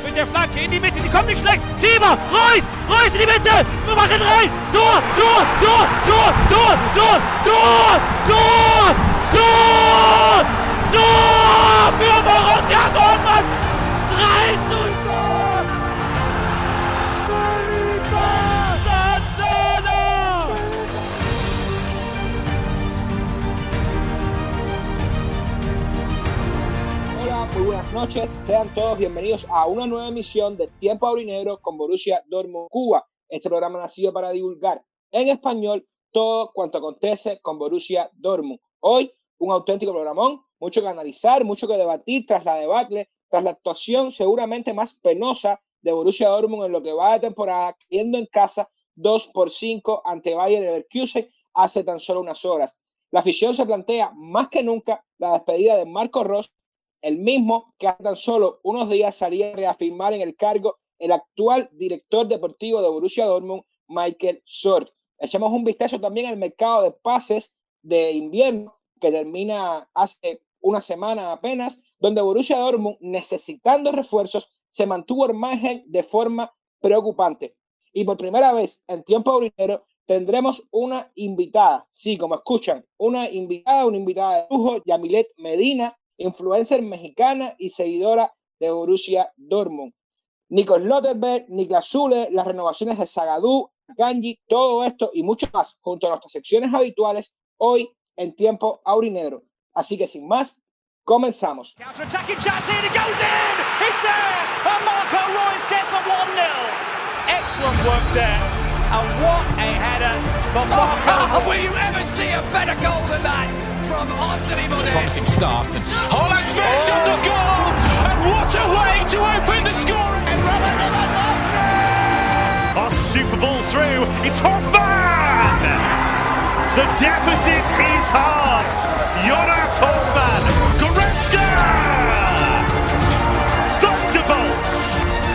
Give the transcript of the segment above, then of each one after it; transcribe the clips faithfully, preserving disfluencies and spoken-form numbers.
mit der Flanke in die Mitte, die kommt nicht schlecht. Schieber, Reus, Reus in die Mitte, wir machen rein. Tor, Tor, Tor, Tor, Tor, Tor, Tor, Tor, Tor, Tor für Borussia Dortmund. drei zu null. Felipe Santana. Hola, muy buenas noches. Sean todos bienvenidos a una nueva emisión de Tiempo Aurinegro con Borussia Dortmund Cuba. Este programa ha nacido para divulgar en español todo cuanto acontece con Borussia Dortmund. Hoy, un auténtico programón, mucho que analizar, mucho que debatir tras la debacle, tras la actuación seguramente más penosa de Borussia Dortmund en lo que va de temporada, cayendo en casa dos por cinco ante Bayer Leverkusen hace tan solo unas horas. La afición se plantea más que nunca la despedida de Marco Rose, el mismo que hace tan solo unos días salía a reafirmar en el cargo el actual director deportivo de Borussia Dortmund, Michael Zorc. Echamos un vistazo también al mercado de pases de invierno que termina hace una semana apenas, donde Borussia Dortmund, necesitando refuerzos, se mantuvo al margen de forma preocupante. Y por primera vez en Tiempo Aurinegro tendremos una invitada, sí, como escuchan, una invitada, una invitada de lujo, Yamilet Medina, influencer mexicana y seguidora de Borussia Dortmund. Nico Schlotterberg, Niklas Zule, las renovaciones de Zagadou, Ganji, todo esto y mucho más junto a nuestras secciones habituales hoy en Tiempo Aurinegro. Así que sin más, comenzamos. Counter-attacking chance here, it goes in! It's there! And Marco Reus gets a one nil. Excellent work there. And what a header from Marco Oh, Reus. will you ever see a better goal than that from Anthony It's a Modest? promising start, and Holland's first shot on goal, and what a way to open the scoring! A super ball through. It's Hoffman! The deficit is halved. Jonas Hoffman. Goretzka! Thunderbolts!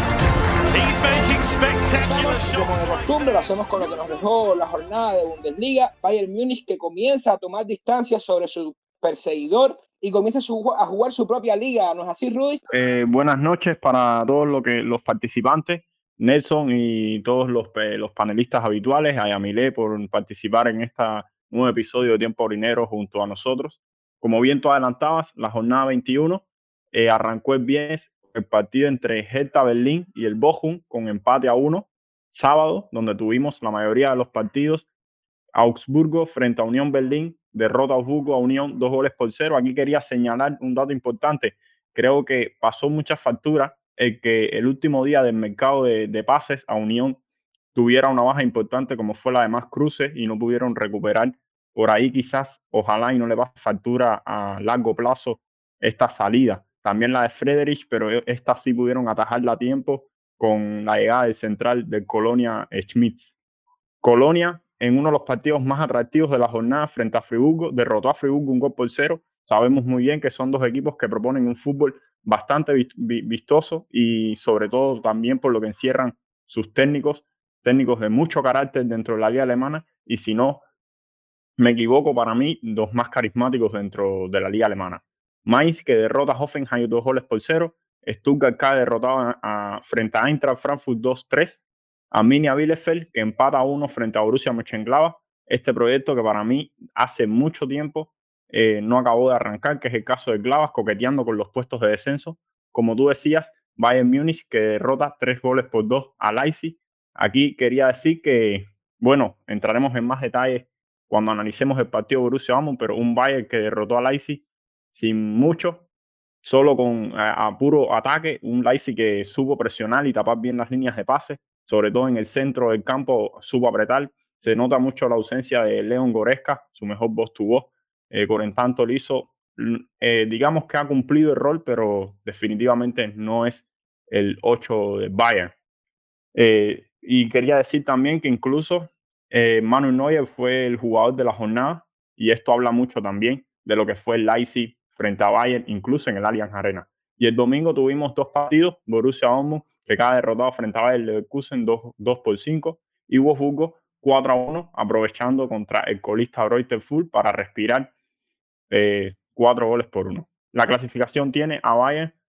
He's making spectacular Y como de shots. costumbre, lo hacemos con lo que nos dejó la jornada de Bundesliga. Bayern Múnich, que comienza a tomar distancia sobre su perseguidor y comienza su, a jugar su propia liga. ¿No es así, Rudy? Eh, buenas noches para todos lo que, los participantes, Nelson y todos los, eh, los panelistas habituales, a Yamilé por participar en este nuevo episodio de Tiempo Aurinegro junto a nosotros. Como bien tú adelantabas, la jornada veintiuno eh, arrancó el viernes el partido entre Hertha Berlín y el Bochum con empate a uno. Sábado, donde tuvimos la mayoría de los partidos, Augsburgo frente a Unión Berlín, derrota Augsburgo a Unión dos goles por cero. Aquí quería señalar un dato importante. Creo que pasó mucha factura el que el último día del mercado de, de pases a Unión tuviera una baja importante como fue la de Max Kruse y no pudieron recuperar por ahí quizás, ojalá y no le pase factura a largo plazo esta salida. También la de Friedrich, pero esta sí pudieron atajarla a tiempo con la llegada del central del Colonia Schmitz. Colonia, en uno de los partidos más atractivos de la jornada frente a Friburgo, derrotó a Friburgo un gol por cero. Sabemos muy bien que son dos equipos que proponen un fútbol bastante vistoso y sobre todo también por lo que encierran sus técnicos, técnicos de mucho carácter dentro de la liga alemana y si no me equivoco, para mí, los más carismáticos dentro de la liga alemana. Mainz, que derrota a Hoffenheim dos goles por cero. Stuttgart, que ha derrotado a, a, frente a Eintracht Frankfurt dos tres. Arminia Bielefeld, que empata a uno frente a Borussia Mönchengladbach. Este proyecto que para mí hace mucho tiempo eh, no acabó de arrancar, que es el caso de Gladbach, coqueteando con los puestos de descenso. Como tú decías, Bayern Múnich, que derrota tres goles por dos a Leipzig. Aquí quería decir que, bueno, entraremos en más detalles cuando analicemos el partido Borussia Dortmund, pero un Bayern que derrotó a Leipzig sin mucho, solo con a, a puro ataque, un Leipzig que supo presionar y tapar bien las líneas de pase, sobre todo en el centro del campo supo apretar. Se nota mucho la ausencia de Leon Goretzka, su mejor voz to voz, eh, por en tanto lo hizo, eh, digamos que ha cumplido el rol, pero definitivamente no es el ocho de Bayern. Eh, y quería decir también que incluso eh, Manuel Neuer fue el jugador de la jornada y esto habla mucho también de lo que fue el Leipzig frente a Bayern, incluso en el Allianz Arena. Y el domingo tuvimos dos partidos, Borussia Dortmund, que cada derrotado frente a Bayer Leverkusen dos por cinco y Wolfsburgo cuatro a uno, aprovechando contra el colista Greuther Fürth para respirar eh, cuatro goles por uno. La clasificación tiene a Bayern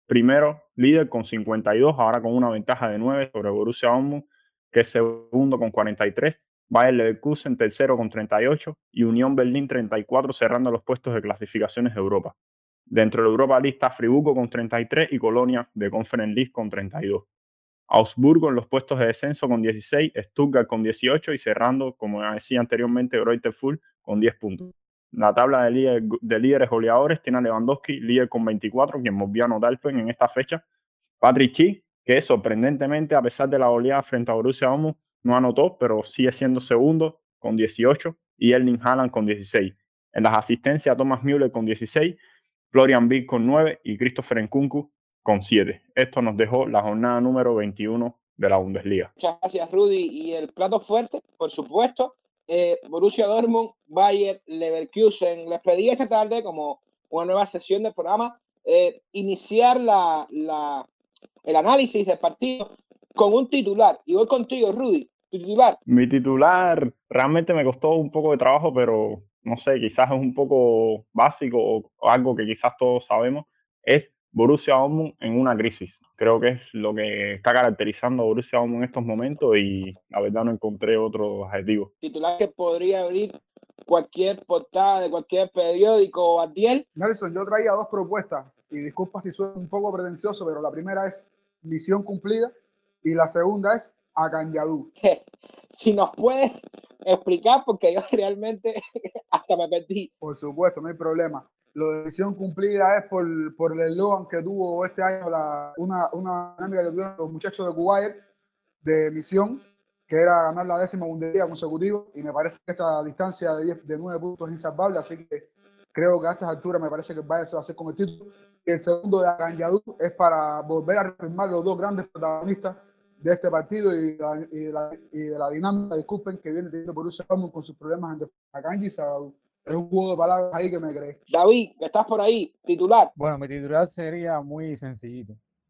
primero líder con cincuenta y dos, ahora con una ventaja de nueve sobre Borussia Dortmund, que es segundo con cuarenta y tres. Bayer Leverkusen tercero con treinta y ocho y Unión Berlín treinta y cuatro, cerrando los puestos de clasificaciones de Europa. Dentro de la Europa League está Friburgo con treinta y tres y Colonia de Conference League con treinta y dos. Augsburgo en los puestos de descenso con dieciséis, Stuttgart con dieciocho y cerrando, como decía anteriormente, Greuther Fürth con diez puntos. La tabla de, líder, de líderes goleadores tiene a Lewandowski, líder con veinticuatro, quien volvió a anotar en esta fecha. Patrick Schick, que sorprendentemente, a pesar de la goleada frente a Borussia Dortmund, no anotó, pero sigue siendo segundo con dieciocho y Erling Haaland con dieciséis. En las asistencias, Thomas Müller con dieciséis, Florian Wirtz con nueve y Christopher Nkunku con siete. Esto nos dejó la jornada número veintiuno de la Bundesliga. Muchas gracias, Rudy. Y el plato fuerte, por supuesto, eh, Borussia Dortmund, Bayer Leverkusen. Les pedí esta tarde, como una nueva sesión del programa, eh, iniciar la, la, el análisis del partido con un titular. Y voy contigo, Rudy. ¿Tu titular? Mi titular realmente me costó un poco de trabajo, pero no sé, quizás es un poco básico o, o algo que quizás todos sabemos. Es Borussia Dortmund en una crisis. Creo que es lo que está caracterizando a Borussia Dortmund en estos momentos y la verdad no encontré otro adjetivo. Titular que podría abrir cualquier portada de cualquier periódico o Adiel. Nelson, yo traía dos propuestas y disculpa si soy un poco pretencioso, pero la primera es misión cumplida y la segunda es Akan Yadú. Si nos puedes explicar, porque yo realmente hasta me perdí. Por supuesto, no hay problema. Lo de misión cumplida es por, por el eslogan que tuvo este año, la, una, una dinámica que tuvieron los muchachos de Kuwait de misión, que era ganar la décima Bundesliga consecutiva, y me parece que esta distancia de, diez, de nueve puntos es insalvable, así que creo que a estas alturas me parece que el Bayern se va a hacer con el título. Y el segundo de Akan Yadú es para volver a reafirmar los dos grandes protagonistas de este partido y, la, y, de la, y de la dinámica, disculpen, que viene teniendo Borussia Dortmund con sus problemas en Akanji y Zagadou. Es un juego de palabras ahí que me creé. David, que estás por ahí, titular. Bueno, mi titular sería muy sencillito.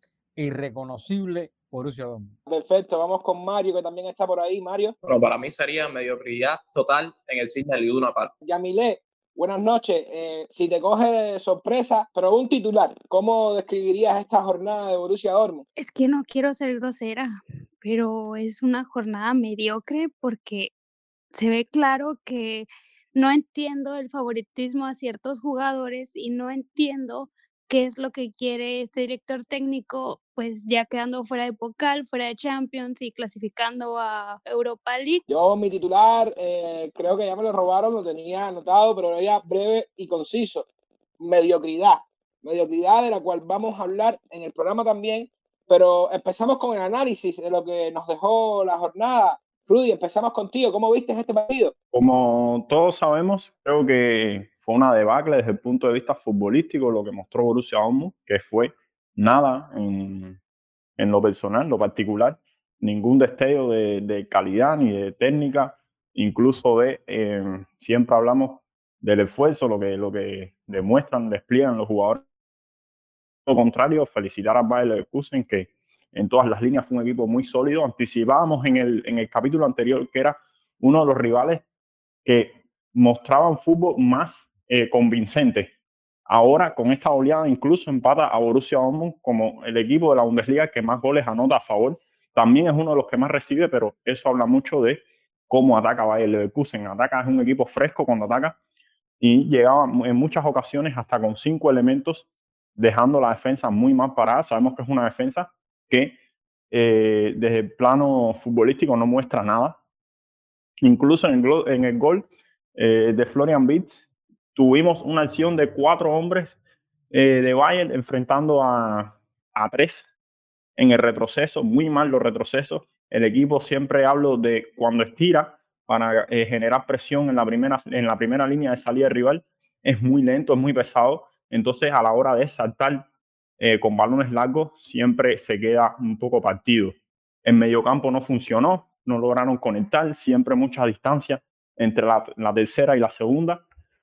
Irreconocible Borussia Dortmund. Perfecto, vamos con Mario, que también está por ahí. Mario. Bueno, para mí sería mediocridad total en el Signal Iduna Park. Yamile, buenas noches. Eh, si te coge de sorpresa, pero un titular, ¿cómo describirías esta jornada de Borussia Dortmund? Es que no quiero ser grosera, pero es una jornada mediocre porque se ve claro que no entiendo el favoritismo a ciertos jugadores y no entiendo qué es lo que quiere este director técnico, pues ya quedando fuera de Pokal, fuera de Champions y clasificando a Europa League. Yo, mi titular, eh, creo que ya me lo robaron, lo tenía anotado, pero era breve y conciso. Mediocridad. Mediocridad de la cual vamos a hablar en el programa también, pero empezamos con el análisis de lo que nos dejó la jornada. Rudy, empezamos contigo. ¿Cómo viste este partido? Como todos sabemos, creo que fue una debacle desde el punto de vista futbolístico lo que mostró Borussia Dortmund, que fue nada en, en lo personal, en lo particular, ningún destello de, de calidad ni de técnica, incluso de, eh, siempre hablamos del esfuerzo, lo que, lo que demuestran, despliegan los jugadores. Lo contrario, felicitar a Bayer Leverkusen, que en todas las líneas fue un equipo muy sólido. Anticipábamos en el, en el capítulo anterior que era uno de los rivales que mostraban fútbol más eh, convincente. Ahora, con esta oleada, incluso empata a Borussia Dortmund como el equipo de la Bundesliga que más goles anota a favor. También es uno de los que más recibe, pero eso habla mucho de cómo ataca Bayer Leverkusen. Ataca, es un equipo fresco cuando ataca y llegaba en muchas ocasiones hasta con cinco elementos, dejando la defensa muy mal parada. Sabemos que es una defensa que eh, desde el plano futbolístico no muestra nada. Incluso en el, en el gol eh, de Florian Wirtz tuvimos una acción de cuatro hombres eh, de Bayern enfrentando a, a tres en el retroceso, muy mal los retrocesos. El equipo, siempre hablo de cuando estira para eh, generar presión en la, primera, en la primera línea de salida del rival, es muy lento, es muy pesado. Entonces, a la hora de saltar eh, con balones largos, siempre se queda un poco partido. El mediocampo no funcionó, no lograron conectar, siempre mucha distancia entre la, la tercera y la segunda.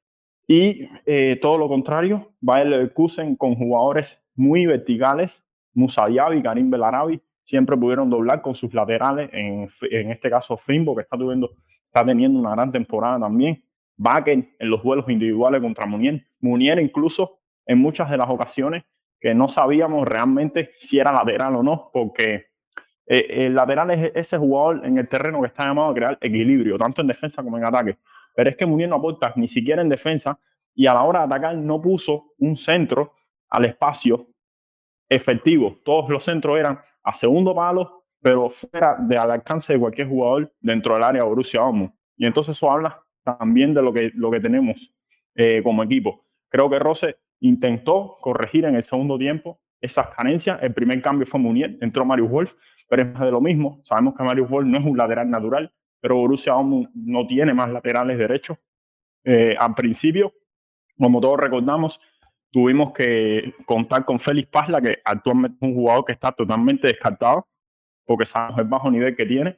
Y eh, todo lo contrario, Bayer Leverkusen con jugadores muy verticales, Musa Diaby, Karim Belarabi, siempre pudieron doblar con sus laterales, en, en este caso Frimbo, que está, tuviendo, está teniendo una gran temporada también. Bakker en los duelos individuales contra Munier. Munier incluso en muchas de las ocasiones que no sabíamos realmente si era lateral o no, porque eh, el lateral es ese jugador en el terreno que está llamado a crear equilibrio, tanto en defensa como en ataque. Pero es que Munier no aporta ni siquiera en defensa y a la hora de atacar no puso un centro al espacio efectivo. Todos los centros eran a segundo palo, pero fuera del alcance de cualquier jugador dentro del área de Borussia Dortmund. Y entonces eso habla también de lo que, lo que tenemos eh, como equipo. Creo que Rose intentó corregir en el segundo tiempo esas carencias. El primer cambio fue Munier, entró Marius Wolf, pero es más de lo mismo. Sabemos que Marius Wolf no es un lateral natural, pero Borussia Dortmund no tiene más laterales derechos. Eh, al principio, como todos recordamos, tuvimos que contar con Félix Pasla, que actualmente es un jugador que está totalmente descartado, porque sabemos el bajo nivel que tiene,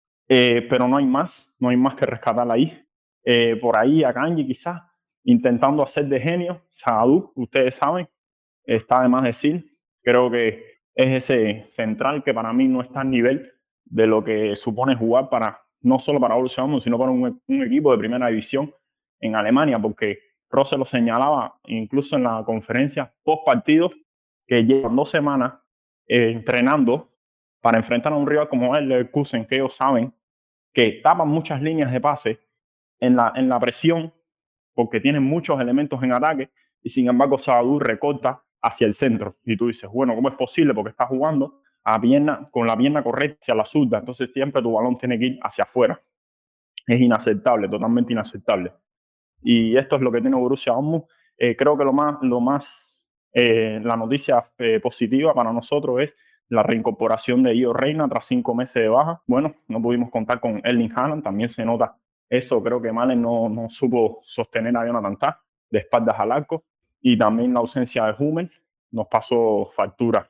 eh, pero no hay más, no hay más que rescatar ahí. Eh, por ahí Akanji quizás intentando hacer de genio. Zagadou, ustedes saben, está de más decir. Creo que es ese central que para mí no está al nivel de lo que supone jugar para, no solo para Borussia Dortmund, sino para un, un equipo de primera división en Alemania, porque Rose lo señalaba incluso en la conferencia post partido, que llevan dos semanas eh, entrenando para enfrentar a un rival como el Leverkusen, que ellos saben que tapan muchas líneas de pase en la, en la presión, porque tienen muchos elementos en ataque, y sin embargo Zagadou recorta hacia el centro. Y tú dices, bueno, ¿cómo es posible? Porque está jugando a pierna, con la pierna correcta hacia la zurda, entonces siempre tu balón tiene que ir hacia afuera. Es inaceptable, totalmente inaceptable. Y esto es lo que tiene Borussia Dortmund. Eh, creo que lo más, lo más eh, la noticia eh, positiva para nosotros es la reincorporación de Gio Reyna tras cinco meses de baja. Bueno, no pudimos contar con Erling Haaland, también se nota eso. Creo que Malen no, no supo sostener a Jonathan Tah de espaldas al arco, y también la ausencia de Hummel nos pasó factura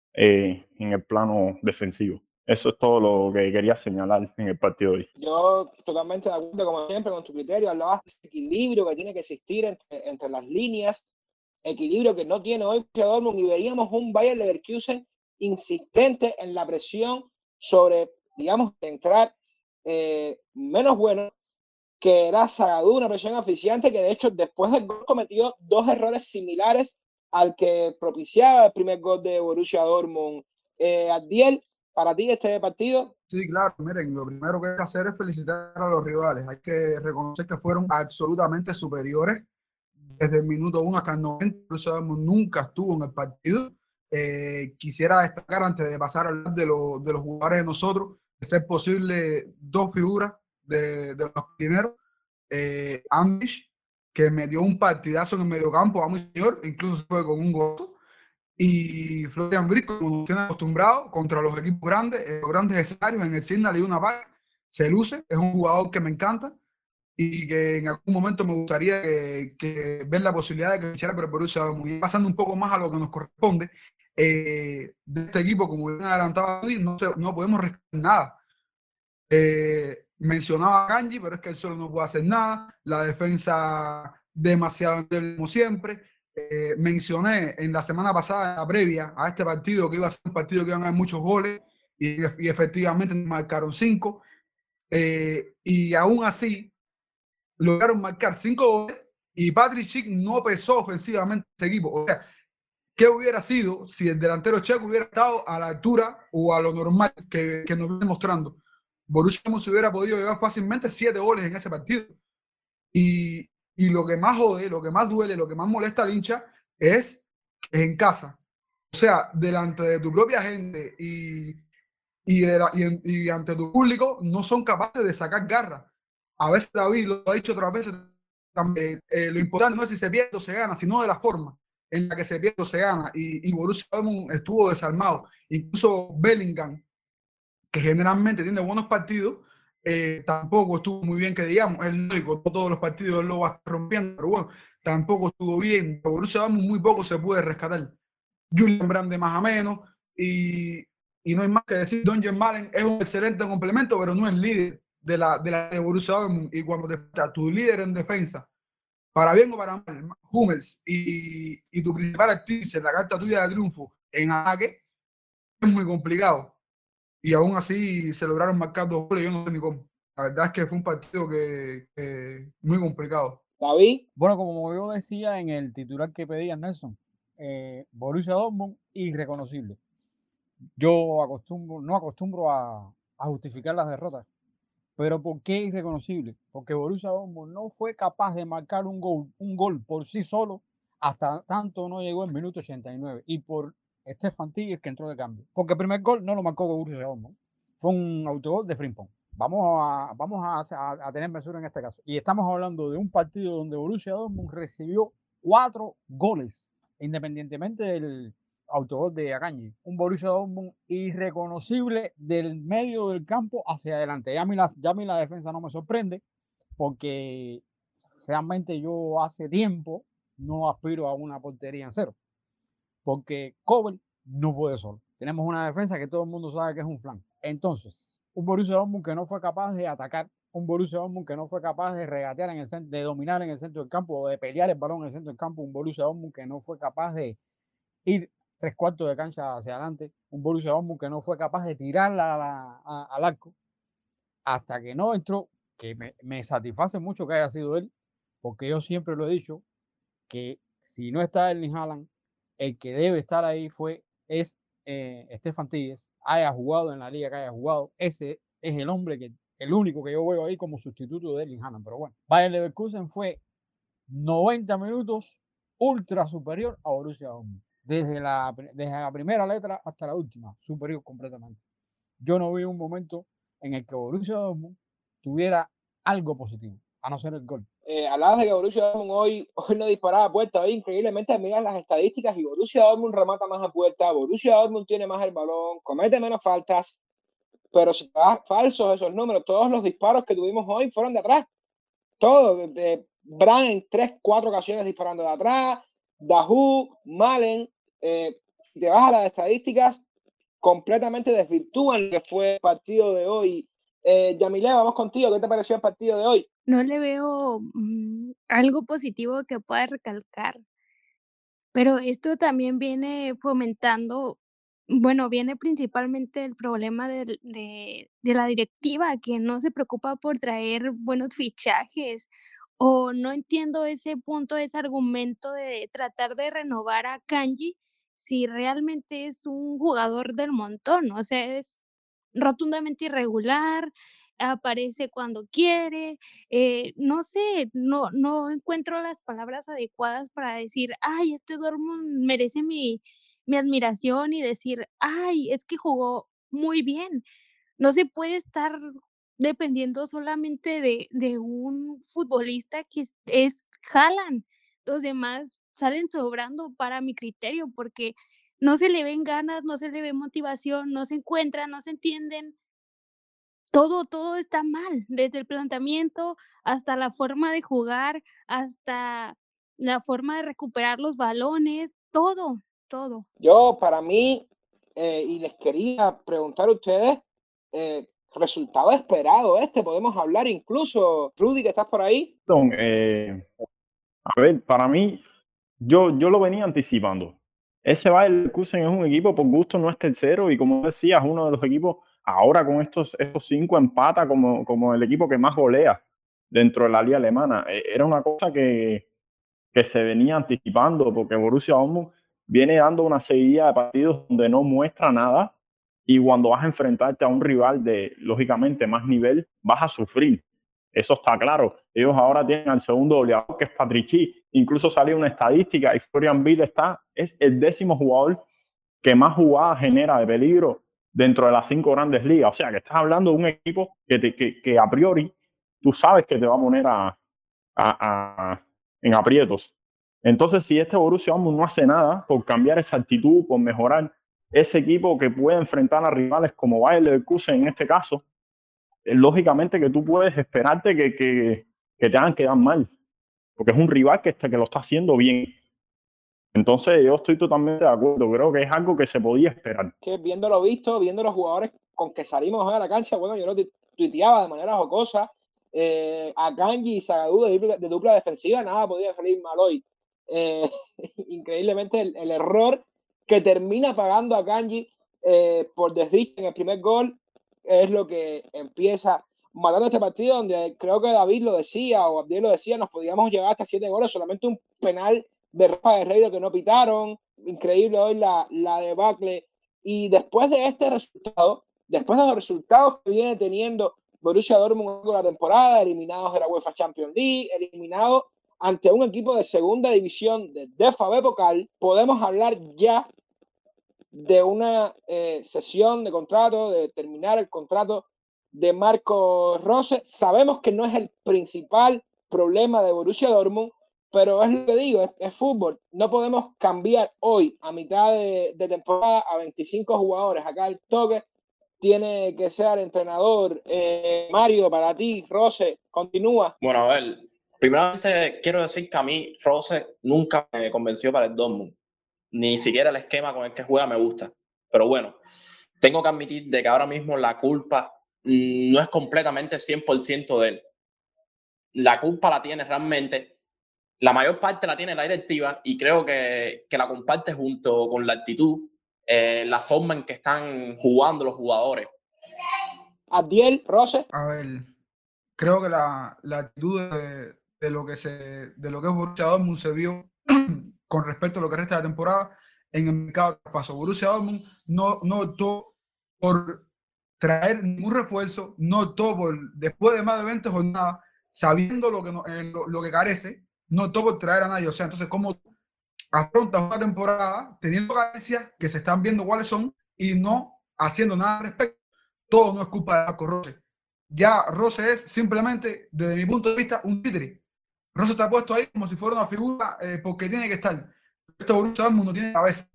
eh, en el plano defensivo. Eso es todo lo que quería señalar en el partido de hoy. Yo totalmente de acuerdo, como siempre, con tu criterio. Hablabas de ese equilibrio que tiene que existir entre, entre las líneas, equilibrio que no tiene hoy Dortmund, y veríamos un Bayer Leverkusen insistente en la presión sobre, digamos, entrar eh, menos bueno, que era Zagadou, una presión eficiente, que de hecho después del gol cometió dos errores similares al que propiciaba el primer gol de Borussia Dortmund. Eh, Adiel, para ti este partido. Sí, claro, miren, lo primero que hay que hacer es felicitar a los rivales. Hay que reconocer que fueron absolutamente superiores desde el minuto uno hasta el noventa. Borussia Dortmund nunca estuvo en el partido. Eh, quisiera destacar, antes de pasar a hablar de, lo, de los jugadores de nosotros, de ser posible dos figuras de, de los primeros. Eh, Andrich, que me dio un partidazo en el mediocampo, vamos señor, incluso se fue con un gol. Y Florian Wirtz, como nos tiene acostumbrado contra los equipos grandes, en los grandes escenarios, en el Signal Iduna Park, se luce. Es un jugador que me encanta y que en algún momento me gustaría que, que ver la posibilidad de que fichara por el Borussia Dortmund. Y pasando un poco más a lo que nos corresponde, eh, de este equipo, como bien adelantaba, no, se, no podemos rescatar nada. Eh, mencionaba a Kanji, pero es que él solo no puede hacer nada. La defensa demasiado débil como siempre. Eh, mencioné en la semana pasada, en la previa a este partido, que iba a ser un partido que iban a haber muchos goles, y, y efectivamente marcaron cinco. Eh, y aún así lograron marcar cinco goles, y Patrick Schick no pesó ofensivamente este equipo. O sea, ¿qué hubiera sido si el delantero checo hubiera estado a la altura o a lo normal que, que nos viene mostrando? Borussia se hubiera podido llevar fácilmente siete goles en ese partido. Y, y lo que más jode, lo que más duele, lo que más molesta al hincha es, es en casa. O sea, delante de tu propia gente y, y, de la, y, y ante tu público, no son capaces de sacar garra. A veces David lo ha dicho otras veces también, eh, lo importante no es si se pierde o se gana, sino de la forma en la que se pierde o se gana. Y, y Borussia Dortmund estuvo desarmado. Incluso Bellingham, que generalmente tiene buenos partidos, eh, tampoco estuvo muy bien, que digamos. Él no todos los partidos él lo va rompiendo, pero bueno, tampoco estuvo bien. Por Borussia Dortmund muy poco se puede rescatar. Julian Brandt más o menos, y, y no hay más que decir. Dongen Malen es un excelente complemento, pero no es líder de la de, la de Borussia Dortmund. Y cuando te está tu líder en defensa, para bien o para mal, Hummels, y, y tu principal actriz en la carta tuya de triunfo en ataque, es muy complicado. Y aún así se lograron marcar dos goles, yo no sé ni cómo. La verdad es que fue un partido que, que muy complicado. David. Bueno, como yo decía en el titular que pedía Nelson, eh, Borussia Dortmund irreconocible. Yo acostumbro, no acostumbro a, a justificar las derrotas, pero ¿por qué irreconocible? Porque Borussia Dortmund no fue capaz de marcar un gol, un gol por sí solo, hasta tanto no llegó en minuto ochenta y nueve, y por Stefan Tigges, que entró de cambio. Porque el primer gol no lo marcó Borussia Dortmund, fue un autogol de Frimpong. Vamos a, vamos a, a, a tener mesura en este caso. Y estamos hablando de un partido donde Borussia Dortmund recibió cuatro goles, independientemente del autogol de Akanji. Un Borussia Dortmund irreconocible del medio del campo hacia adelante. Ya a mí la, ya a mí la defensa no me sorprende, porque realmente yo hace tiempo no aspiro a una portería en cero, porque Kobel no puede solo. Tenemos una defensa que todo el mundo sabe que es un flan. Entonces, un Borussia Dortmund que no fue capaz de atacar, un Borussia Dortmund que no fue capaz de regatear en el centro, de dominar en el centro del campo o de pelear el balón en el centro del campo, un Borussia Dortmund que no fue capaz de ir tres cuartos de cancha hacia adelante, un Borussia Dortmund que no fue capaz de tirarla a la, a, al arco, hasta que no entró, que me, me satisface mucho que haya sido él, porque yo siempre lo he dicho, que si no está Erling Haaland, el que debe estar ahí fue, es eh, Stefan Tigges, haya jugado en la liga que haya jugado, ese es el hombre, que el único que yo veo ahí como sustituto de Erling Haaland. Pero bueno, Bayer Leverkusen fue noventa minutos ultra superior a Borussia Dortmund, desde la, desde la primera letra hasta la última, superior completamente. Yo no vi un momento en el que Borussia Dortmund tuviera algo positivo, a no ser el gol. Eh, hablabas de que Borussia Dortmund hoy, hoy no disparaba a puerta. Hoy increíblemente miras las estadísticas y Borussia Dortmund remata más a puerta, Borussia Dortmund tiene más el balón, comete menos faltas, pero si te das falsos esos números, todos los disparos que tuvimos hoy fueron de atrás. Todos. Eh, Brand en tres, cuatro ocasiones disparando de atrás, Dahoud, Malen. Eh, si te vas a las estadísticas, completamente desvirtúan lo que fue el partido de hoy. Eh, Yamile, vamos contigo. ¿Qué te pareció el partido de hoy? No le veo mmm, algo positivo que pueda recalcar. Pero esto también viene fomentando, bueno, viene principalmente el problema del de de la directiva, que no se preocupa por traer buenos fichajes, o no entiendo ese punto, ese argumento de tratar de renovar a Akanji, si realmente es un jugador del montón. O sea, es rotundamente irregular, aparece cuando quiere, eh, no sé, no no encuentro las palabras adecuadas para decir: "Ay, este Dortmund merece mi mi admiración", y decir: "Ay, es que jugó muy bien". No se puede estar dependiendo solamente de de un futbolista que es es Haaland. Los demás salen sobrando para mi criterio, porque no se le ven ganas, no se le ve motivación, no se encuentran, no se entienden. Todo, todo está mal, desde el planteamiento hasta la forma de jugar, hasta la forma de recuperar los balones, todo, todo. Yo, para mí, eh, y les quería preguntar a ustedes, eh, resultado esperado este, podemos hablar incluso, Rudy, que estás por ahí. Eh, a ver, para mí, yo, yo lo venía anticipando. Ese Bayer Leverkusen es un equipo, por gusto no es tercero, y como decías, uno de los equipos, ahora con estos, estos cinco empata como, como el equipo que más golea dentro de la liga alemana. Era una cosa que, que se venía anticipando, porque Borussia Dortmund viene dando una seguida de partidos donde no muestra nada, y cuando vas a enfrentarte a un rival de, lógicamente, más nivel, vas a sufrir. Eso está claro. Ellos ahora tienen al segundo goleador, que es Patrici. Incluso salió una estadística y Florian Wirtz está, es el décimo jugador que más jugadas genera de peligro dentro de las cinco grandes ligas. O sea, que estás hablando de un equipo que, te, que, que a priori tú sabes que te va a poner a, a, a, en aprietos. Entonces, si este Borussia Dortmund no hace nada por cambiar esa actitud, por mejorar ese equipo que puede enfrentar a rivales como Bayer Leverkusen en este caso, lógicamente que tú puedes esperarte que, que, que te hagan quedar mal, porque es un rival que, este, que lo está haciendo bien. Entonces yo estoy totalmente de acuerdo, creo que es algo que se podía esperar. Que viendo lo visto, viendo los jugadores con que salimos a la cancha, bueno, yo lo tuiteaba de manera jocosa, eh, Akanji y Zagadou de, de dupla defensiva, nada podía salir mal hoy. Eh, increíblemente el, el error que termina pagando a Akanji eh, por desdicha en el primer gol es lo que empieza matando este partido, donde creo que David lo decía o Abdiel lo decía, nos podíamos llegar hasta siete goles, solamente un penal de Rafa Guerreiro que no pitaron, increíble hoy la, la debacle. Y después de este resultado, después de los resultados que viene teniendo Borussia Dortmund con la temporada, eliminados de la UEFA Champions League, eliminados ante un equipo de segunda división de D F B Pokal, podemos hablar ya de una eh, sesión de contrato, de terminar el contrato de Marco Rose. Sabemos que no es el principal problema de Borussia Dortmund, pero es lo que digo, es, es fútbol. No podemos cambiar hoy, a mitad de, de temporada, a veinticinco jugadores. Acá el toque tiene que ser entrenador. Eh, Mario, para ti, Rose, continúa. Bueno, a ver, primeramente quiero decir que a mí Rose nunca me convenció para el Dortmund. Ni siquiera el esquema con el que juega me gusta. Pero bueno, tengo que admitir de que ahora mismo la culpa mmm, no es completamente cien por ciento de él. La culpa la tiene realmente, la mayor parte la tiene la directiva y creo que, que la comparte junto con la actitud, eh, la forma en que están jugando los jugadores. Adiel, Rose. A ver, creo que la, la actitud de, de lo que se de lo que es Borussia Dortmund se vio con respecto a lo que resta de la temporada en el mercado de traspaso. Borussia Dortmund no, no optó por traer ningún refuerzo, no optó por, después de más de veinte jornadas, sabiendo lo que, no, eh, lo, lo que carece, no optó por traer a nadie. O sea, entonces, ¿cómo afrontas una temporada teniendo carencias que se están viendo cuáles son y no haciendo nada al respecto? Todo no es culpa de Marco Rose. Ya Rose es simplemente, desde mi punto de vista, un títere. Rose está puesto ahí como si fuera una figura eh, porque tiene que estar. Este Borussia Dortmund no tiene cabeza.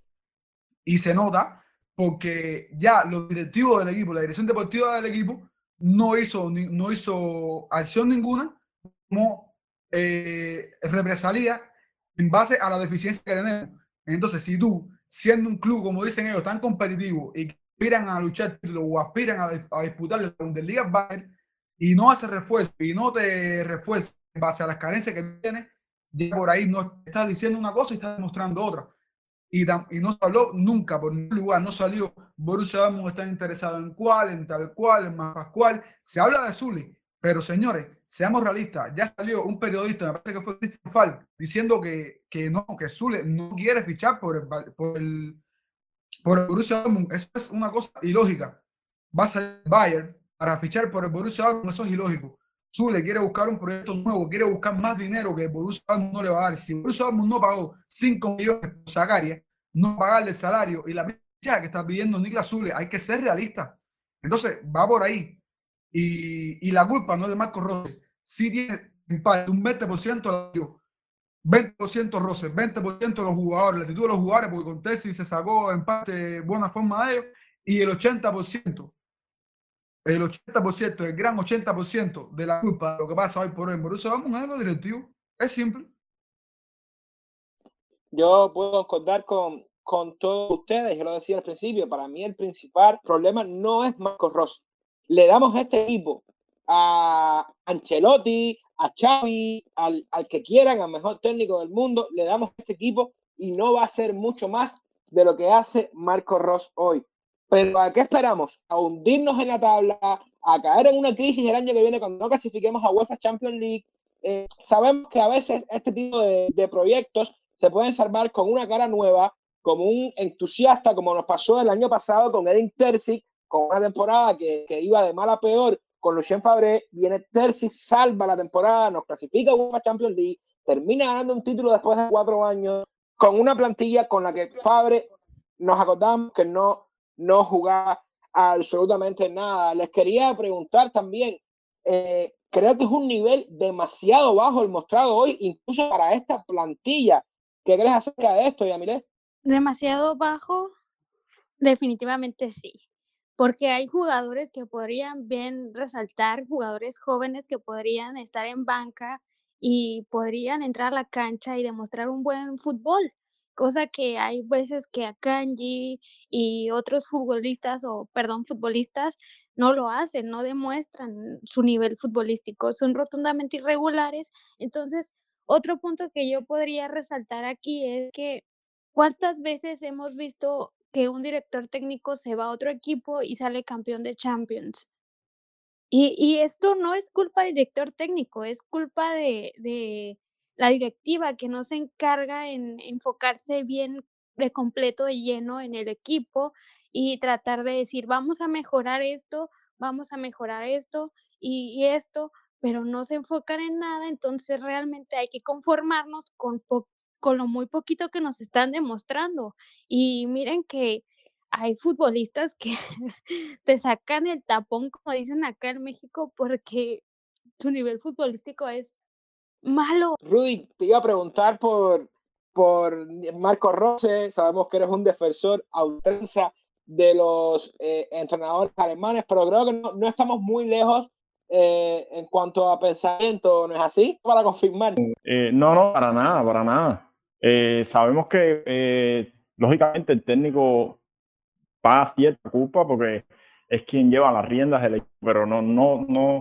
Y se nota porque ya los directivos del equipo, la dirección deportiva del equipo, no hizo, no hizo acción ninguna como eh, represalia en base a la deficiencia que tenemos. Entonces, si tú, siendo un club, como dicen ellos, tan competitivo y que aspiran a luchar o aspiran a, a disputar la Bundesliga Bayern y no hace refuerzo y no te refuerza en base a las carencias que tienes, ya por ahí no estás diciendo una cosa y estás demostrando otra. Y, y no se habló nunca por ningún lugar, no salió Borussia Dortmund está interesado en cuál, en tal cual, en más cual. Se habla de Zuli, pero señores, seamos realistas, ya salió un periodista, me parece que fue Christian Falk, diciendo que, que no, que Zuli no quiere fichar por el, por el, por el Borussia Dortmund. Eso es una cosa ilógica. Va a salir Bayern para fichar por el Borussia Dortmund, eso es ilógico. Zule quiere buscar un proyecto nuevo, quiere buscar más dinero que el Borussia Dortmund no le va a dar. Si el Borussia Dortmund no pagó cinco millones por Zakaria, no pagarle el salario y la ficha que está pidiendo Niklas Zule, hay que ser realista. Entonces, va por ahí. Y, y la culpa no es de Marco Rose. Sí tiene un veinte por ciento veinte por ciento Rose, veinte por ciento de los jugadores, la actitud de los jugadores, porque con Tessi se sacó en parte buena forma de ellos, y el ochenta por ciento el ochenta por ciento, el gran ochenta por ciento de la culpa de lo que pasa hoy por hoy en Borussia Dortmund es lo directivo. Es simple. Yo puedo concordar con, con todos ustedes, yo lo decía al principio, para mí el principal problema no es Marco Rose. Le damos este equipo a Ancelotti, a Xavi, al, al que quieran, al mejor técnico del mundo, le damos este equipo y no va a ser mucho más de lo que hace Marco Rose hoy. Pero ¿a qué esperamos? A hundirnos en la tabla, a caer en una crisis el año que viene cuando no clasifiquemos a UEFA Champions League. Eh, sabemos que a veces este tipo de, de proyectos se pueden salvar con una cara nueva, como un entusiasta, como nos pasó el año pasado con Edin Terzic, con una temporada que, que iba de mal a peor con Lucien Favre. Viene Terzic, salva la temporada, nos clasifica a UEFA Champions League, termina ganando un título después de cuatro años, con una plantilla con la que Favre nos acordamos que no no jugaba absolutamente nada. Les quería preguntar también, eh, creo que es un nivel demasiado bajo el mostrado hoy, incluso para esta plantilla. ¿Qué crees acerca de esto, Yamile? Demasiado bajo, definitivamente sí, porque hay jugadores que podrían bien resaltar, jugadores jóvenes que podrían estar en banca y podrían entrar a la cancha y demostrar un buen fútbol. Cosa que hay veces que Akanji y otros futbolistas, o perdón, futbolistas, no lo hacen, no demuestran su nivel futbolístico, son rotundamente irregulares. Entonces, otro punto que yo podría resaltar aquí es que, ¿cuántas veces hemos visto que un director técnico se va a otro equipo y sale campeón de Champions? Y, y esto no es culpa del director técnico, es culpa de, de la directiva que no se encarga en enfocarse bien de completo de lleno en el equipo y tratar de decir, vamos a mejorar esto, vamos a mejorar esto y, y esto, pero no se enfocan en nada, entonces realmente hay que conformarnos con, po- con lo muy poquito que nos están demostrando. Y miren que hay futbolistas que te sacan el tapón, como dicen acá en México, porque su nivel futbolístico es malo. Rudy, te iba a preguntar por, por Marco Rose. Sabemos que eres un defensor a ultranza de los eh, entrenadores alemanes, pero creo que no, no estamos muy lejos eh, en cuanto a pensamiento, ¿no es así? Para confirmar. Eh, no, no, para nada, para nada. Eh, sabemos que, eh, lógicamente, el técnico paga cierta culpa porque es quien lleva las riendas del equipo, pero no, no, no,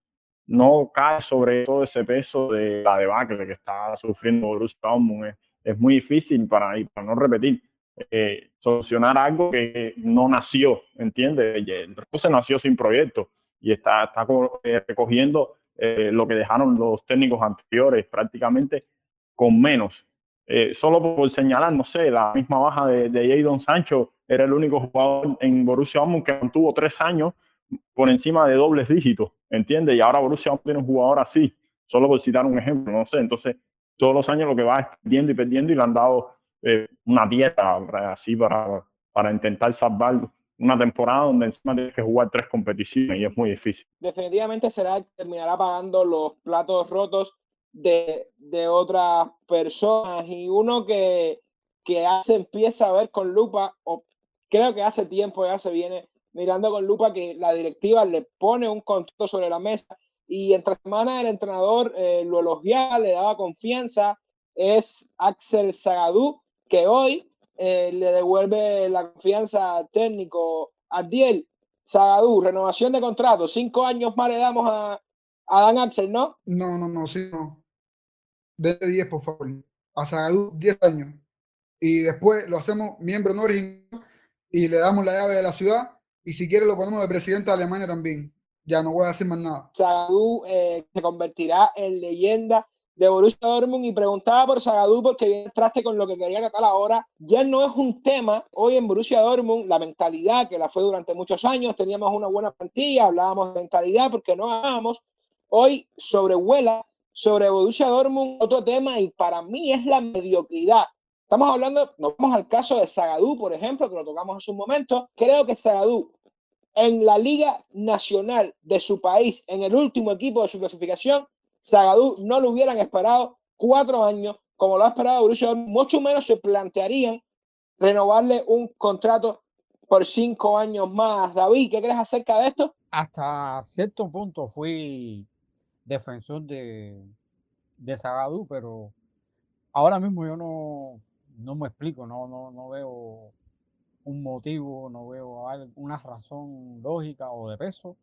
no cae sobre todo ese peso de la debacle que está sufriendo Borussia Dortmund. Es, es muy difícil para, y para no repetir, eh, solucionar algo que no nació, ¿entiendes? El Rose nació sin proyecto y está, está eh, recogiendo eh, lo que dejaron los técnicos anteriores, prácticamente con menos. Eh, solo por señalar, no sé, la misma baja de, de Jadon Sancho, era el único jugador en Borussia Dortmund que mantuvo tres años por encima de dobles dígitos, ¿entiendes? Y ahora Borussia tiene un jugador así, solo por citar un ejemplo, no sé. Entonces, todos los años lo que va es perdiendo y perdiendo y le han dado eh, una dieta así para, para intentar salvar una temporada donde encima tienes que jugar tres competiciones y es muy difícil. Definitivamente será el que terminará pagando los platos rotos de, de otras personas, y uno que, que hace, empieza a ver con lupa, o creo que hace tiempo ya se viene mirando con lupa, que la directiva le pone un contrato sobre la mesa y entre semana el entrenador eh, lo elogiaba, le daba confianza, es Axel Zagadou, que hoy eh, le devuelve la confianza al técnico Adiel. Zagadou, renovación de contrato, cinco años más le damos a, a Dan Axel, ¿no? No, no, no, sí, no. Denle diez, por favor. A Zagadou, diez años. Y después lo hacemos miembro honoris y le damos la llave de la ciudad. Y si quiere lo ponemos de presidente de Alemania también. Ya no voy a decir más nada. Zagadou eh, se convertirá en leyenda de Borussia Dortmund, y preguntaba por Zagadou porque bien entraste con lo que quería tratar ahora. Ya no es un tema hoy en Borussia Dortmund la mentalidad, que la fue durante muchos años. Teníamos una buena plantilla, hablábamos de mentalidad porque no hablábamos. Hoy sobrevuela sobre Borussia Dortmund otro tema, y para mí es la mediocridad. Estamos hablando, nos vamos al caso de Zagadou, por ejemplo, que lo tocamos hace un momento. Creo que Zagadou en la Liga Nacional de su país, en el último equipo de su clasificación, Zagadou no lo hubieran esperado cuatro años, como lo ha esperado Borussia Dortmund. Mucho menos se plantearían renovarle un contrato por cinco años más. David, ¿qué crees acerca de esto? Hasta cierto punto fui defensor de, de Zagadou, pero ahora mismo yo no, no me explico, no, no, no veo un motivo, no veo una razón lógica o de peso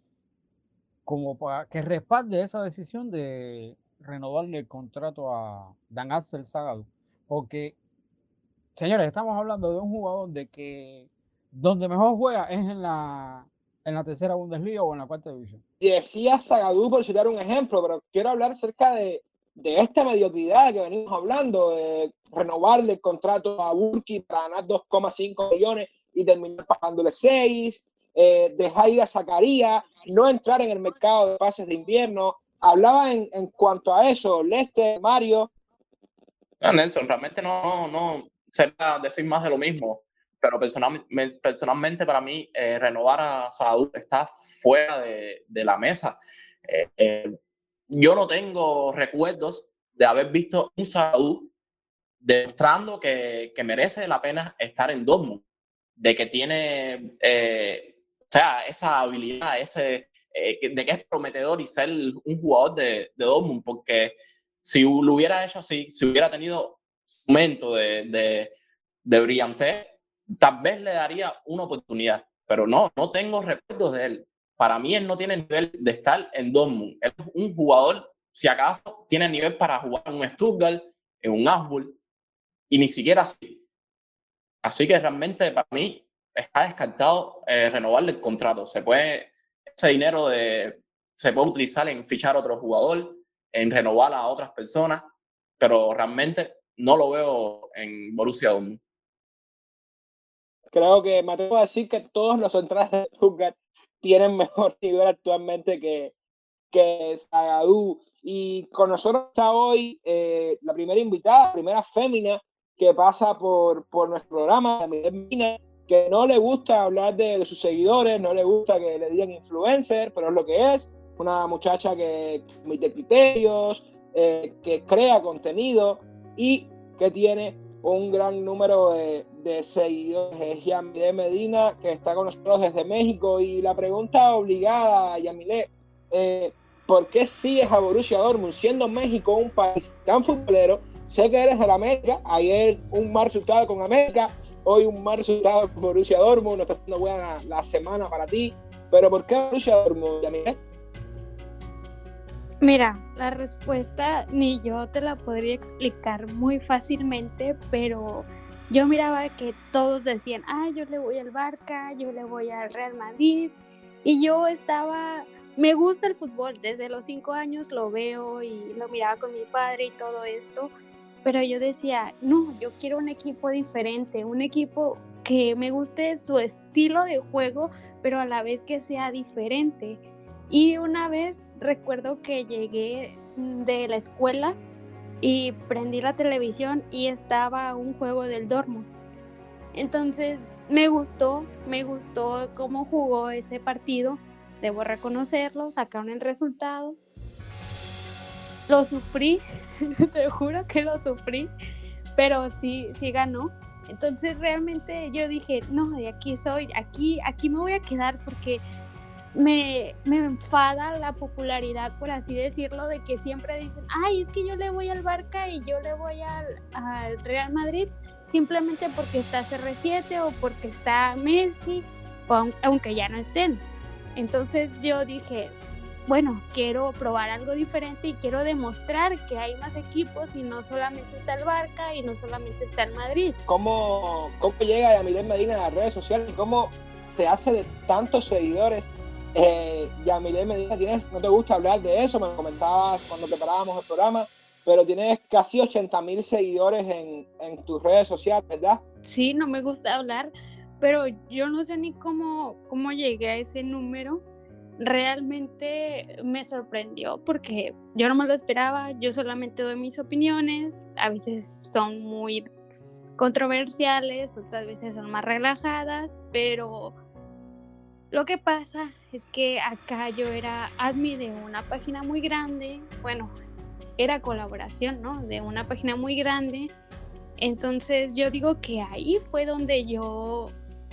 como para que respalde esa decisión de renovarle el contrato a Dan Axel Zagadou. Porque, señores, estamos hablando de un jugador de que donde mejor juega es en la, en la tercera Bundesliga o en la cuarta división. Decía Zagadou por citar un ejemplo, pero quiero hablar acerca de, de esta mediocridad que venimos hablando, de renovarle el contrato a Burki para ganar dos coma cinco millones y terminar pagándole seis, eh, dejar ir a Zakaria, no entrar en el mercado de pases de invierno. Hablaba en, en cuanto a eso, Lester, Mario. No, Nelson, realmente no, no será decir más de lo mismo, pero personalmente, personalmente para mí eh, renovar a Zagadou está fuera de, de la mesa. Eh, eh, yo no tengo recuerdos de haber visto un Zagadou demostrando que, que merece la pena estar en Dortmund, de que tiene eh, o sea, esa habilidad, ese, eh, de que es prometedor y ser un jugador de, de Dortmund, porque si lo hubiera hecho así, si hubiera tenido un momento de, de, de brillantez, tal vez le daría una oportunidad, pero no, no tengo recuerdos de él. Para mí él no tiene nivel de estar en Dortmund. Él es un jugador, si acaso, tiene nivel para jugar en un Stuttgart, en un Augsburg, y ni siquiera así. Así que realmente para mí está descartado eh, renovarle el contrato. Se puede, ese dinero de, se puede utilizar en fichar a otro jugador, en renovar a otras personas, pero realmente no lo veo en Borussia Dortmund. creo que me atrevo a decir que todos los centrales de Stuttgart tienen mejor nivel actualmente que, que Zagadou. Y con nosotros está hoy eh, la primera invitada, la primera fémina que pasa por, por nuestro programa, Yamile Medina, que no le gusta hablar de, de sus seguidores, no le gusta que le digan influencer, pero es lo que es, una muchacha que emite criterios, eh, que crea contenido y que tiene un gran número de, de seguidores. Es Yamile Medina, que está con nosotros desde México. Y la pregunta obligada, Yamile, eh, ¿por qué sigues a Borussia Dortmund siendo México un país tan futbolero? Sé que eres de la América, ayer un mal resultado con América, hoy un mal resultado con Borussia Dortmund, no está siendo buena la semana para ti, pero ¿por qué Borussia Dortmund, Yamile? Mira, la respuesta ni yo te la podría explicar muy fácilmente, pero yo miraba que todos decían, ah, yo le voy al Barça, yo le voy al Real Madrid, y yo estaba, me gusta el fútbol, desde los cinco años lo veo y lo miraba con mi padre y todo esto, pero yo decía, no, yo quiero un equipo diferente, un equipo que me guste su estilo de juego, pero a la vez que sea diferente. Y una vez recuerdo que llegué de la escuela y prendí la televisión y estaba un juego del Dortmund. Entonces me gustó, me gustó cómo jugó ese partido, debo reconocerlo, sacaron el resultado. Lo sufrí, te juro que lo sufrí, pero sí, sí ganó. Entonces realmente yo dije, no, de aquí soy, aquí, aquí me voy a quedar porque me, me enfada la popularidad, por así decirlo, de que siempre dicen, ay, es que yo le voy al Barça y yo le voy al, al Real Madrid simplemente porque está C R siete o porque está Messi, o aunque ya no estén. Entonces yo dije, bueno, quiero probar algo diferente y quiero demostrar que hay más equipos y no solamente está el Barça y no solamente está el Madrid. ¿Cómo, cómo llega Yamile Medina a las redes sociales y cómo se hace de tantos seguidores? Eh, Yamile Medina, tienes, no te gusta hablar de eso, me lo comentabas cuando preparábamos el programa, pero tienes casi ochenta mil seguidores en, en tus redes sociales, ¿verdad? Sí, no me gusta hablar, pero yo no sé ni cómo, cómo llegué a ese número. Realmente me sorprendió porque yo no me lo esperaba, yo solamente doy mis opiniones, a veces son muy controversiales, otras veces son más relajadas, pero lo que pasa es que acá yo era admin de una página muy grande, bueno, era colaboración, ¿no? De una página muy grande, entonces yo digo que ahí fue donde yo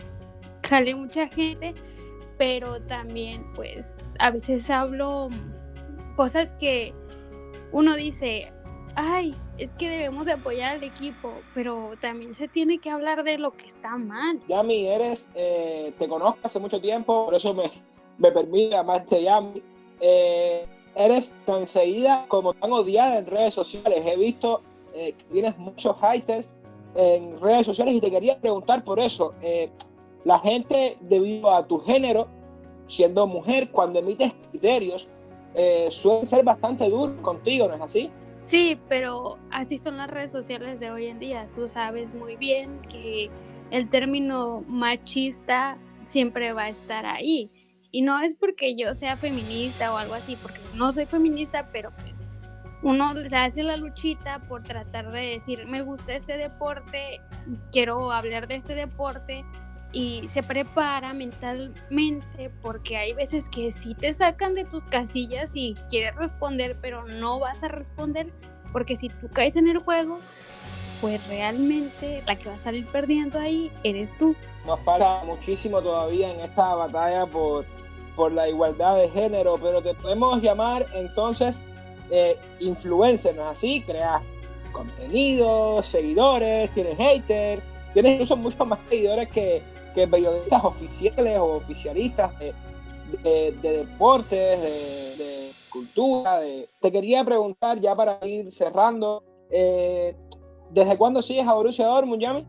jalé mucha gente, pero también pues a veces hablo cosas que uno dice, ay, es que debemos de apoyar al equipo, pero también se tiene que hablar de lo que está mal. Yami, eres, eh, te conozco hace mucho tiempo, por eso me, me permite llamarte Yami. Eh, eres tan seguida como tan odiada en redes sociales. He visto eh, que tienes muchos haters en redes sociales y te quería preguntar por eso. Eh, la gente, debido a tu género, siendo mujer, cuando emites criterios, eh, suelen ser bastante duros contigo, ¿no es así? Sí, pero así son las redes sociales de hoy en día. Tú sabes muy bien que el término machista siempre va a estar ahí. Y no es porque yo sea feminista o algo así, porque no soy feminista, pero pues uno se hace la luchita por tratar de decir, me gusta este deporte, quiero hablar de este deporte, y se prepara mentalmente, porque hay veces que sí te sacan de tus casillas y quieres responder, pero no vas a responder, porque si tú caes en el juego, pues realmente la que va a salir perdiendo ahí eres tú. Nos falta muchísimo todavía en esta batalla por, por la igualdad de género, pero te podemos llamar entonces eh, influencer, ¿no es así? Creas contenido, seguidores, tienes haters, tienes incluso muchos más seguidores que, que periodistas oficiales o oficialistas de, de, de deportes, de, de cultura. De... Te quería preguntar, ya para ir cerrando, eh, ¿desde cuándo sigues a Borussia Dortmund, Yami?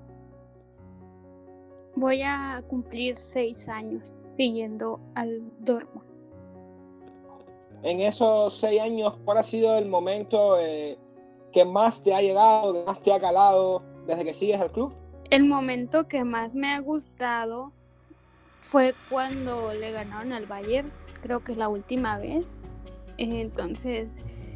Voy a cumplir seis años siguiendo al Dortmund. En esos seis años, ¿cuál ha sido el momento eh, que más te ha llegado, que más te ha calado desde que sigues al club? El momento que más me ha gustado fue cuando le ganaron al Bayern, creo que es la última vez. Entonces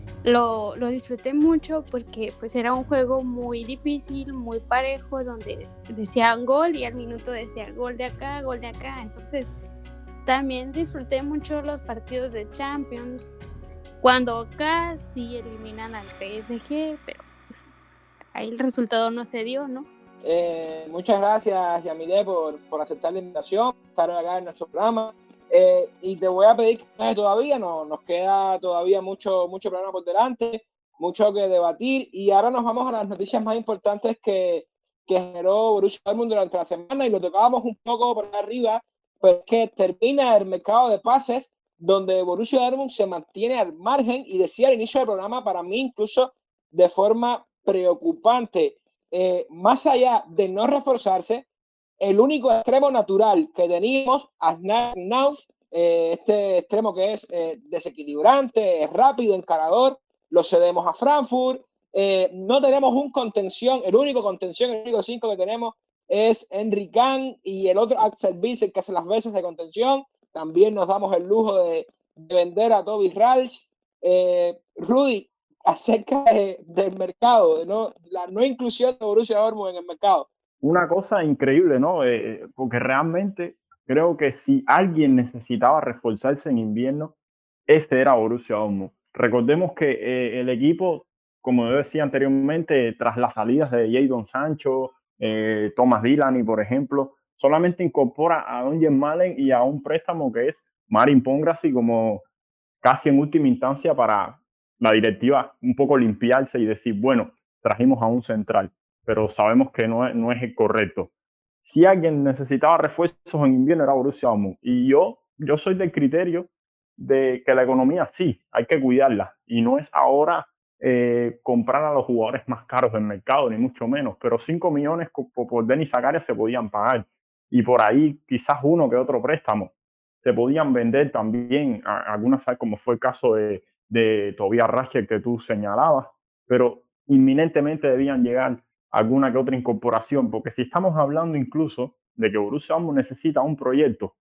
lo, lo disfruté mucho porque pues era un juego muy difícil, muy parejo, donde decían gol y al minuto decía gol de acá, gol de acá. Entonces también disfruté mucho los partidos de Champions, cuando casi eliminan al P S G, pero pues, ahí el resultado no se dio, ¿no? Eh, muchas gracias, Yamile, por, por aceptar la invitación, estar acá en nuestro programa. Eh, y te voy a pedir que todavía no, nos queda todavía mucho, mucho programa por delante, mucho que debatir. Y ahora nos vamos a las noticias más importantes que, que generó Borussia Dortmund durante la semana. Y lo tocábamos un poco por arriba, pero es que termina el mercado de pases, donde Borussia Dortmund se mantiene al margen. Y decía al inicio del programa, para mí incluso de forma preocupante. Eh, más allá de no reforzarse, el único extremo natural que teníamos, Asnaf Nauf, eh, este extremo que es eh, desequilibrante, es rápido, encarador, lo cedemos a Frankfurt. Eh, no tenemos un contención, el único contención, el único cinco que tenemos es Henry Kahn y el otro Axel Witsel, que hace las veces de contención. También nos damos el lujo de, de vender a Toby Ralch. Eh, Rudy, acerca de, del mercado, de no, la no inclusión de Borussia Dortmund en el mercado. Una cosa increíble, ¿no? Eh, porque realmente creo que si alguien necesitaba reforzarse en invierno, ese era Borussia Dortmund. Recordemos que eh, el equipo, como yo decía anteriormente, tras las salidas de Jadon Sancho, eh, Thomas Delaney, por ejemplo, solamente incorpora a Donjen Malen y a un préstamo que es Marin Pongracic como casi en última instancia para la directiva un poco limpiarse y decir, bueno, trajimos a un central, pero sabemos que no es, no es el correcto. Si alguien necesitaba refuerzos en invierno era Borussia Dortmund. Y yo, yo soy del criterio de que la economía sí, hay que cuidarla. Y no es ahora eh, comprar a los jugadores más caros del mercado, ni mucho menos. Pero cinco millones por, por Denis Zakaria se podían pagar. Y por ahí quizás uno que otro préstamo. Se podían vender también a, algunas, como fue el caso de, de Tobias Rachel que tú señalabas. Pero inminentemente debían llegar alguna que otra incorporación, porque si estamos hablando incluso de que Borussia Dortmund necesita un proyecto,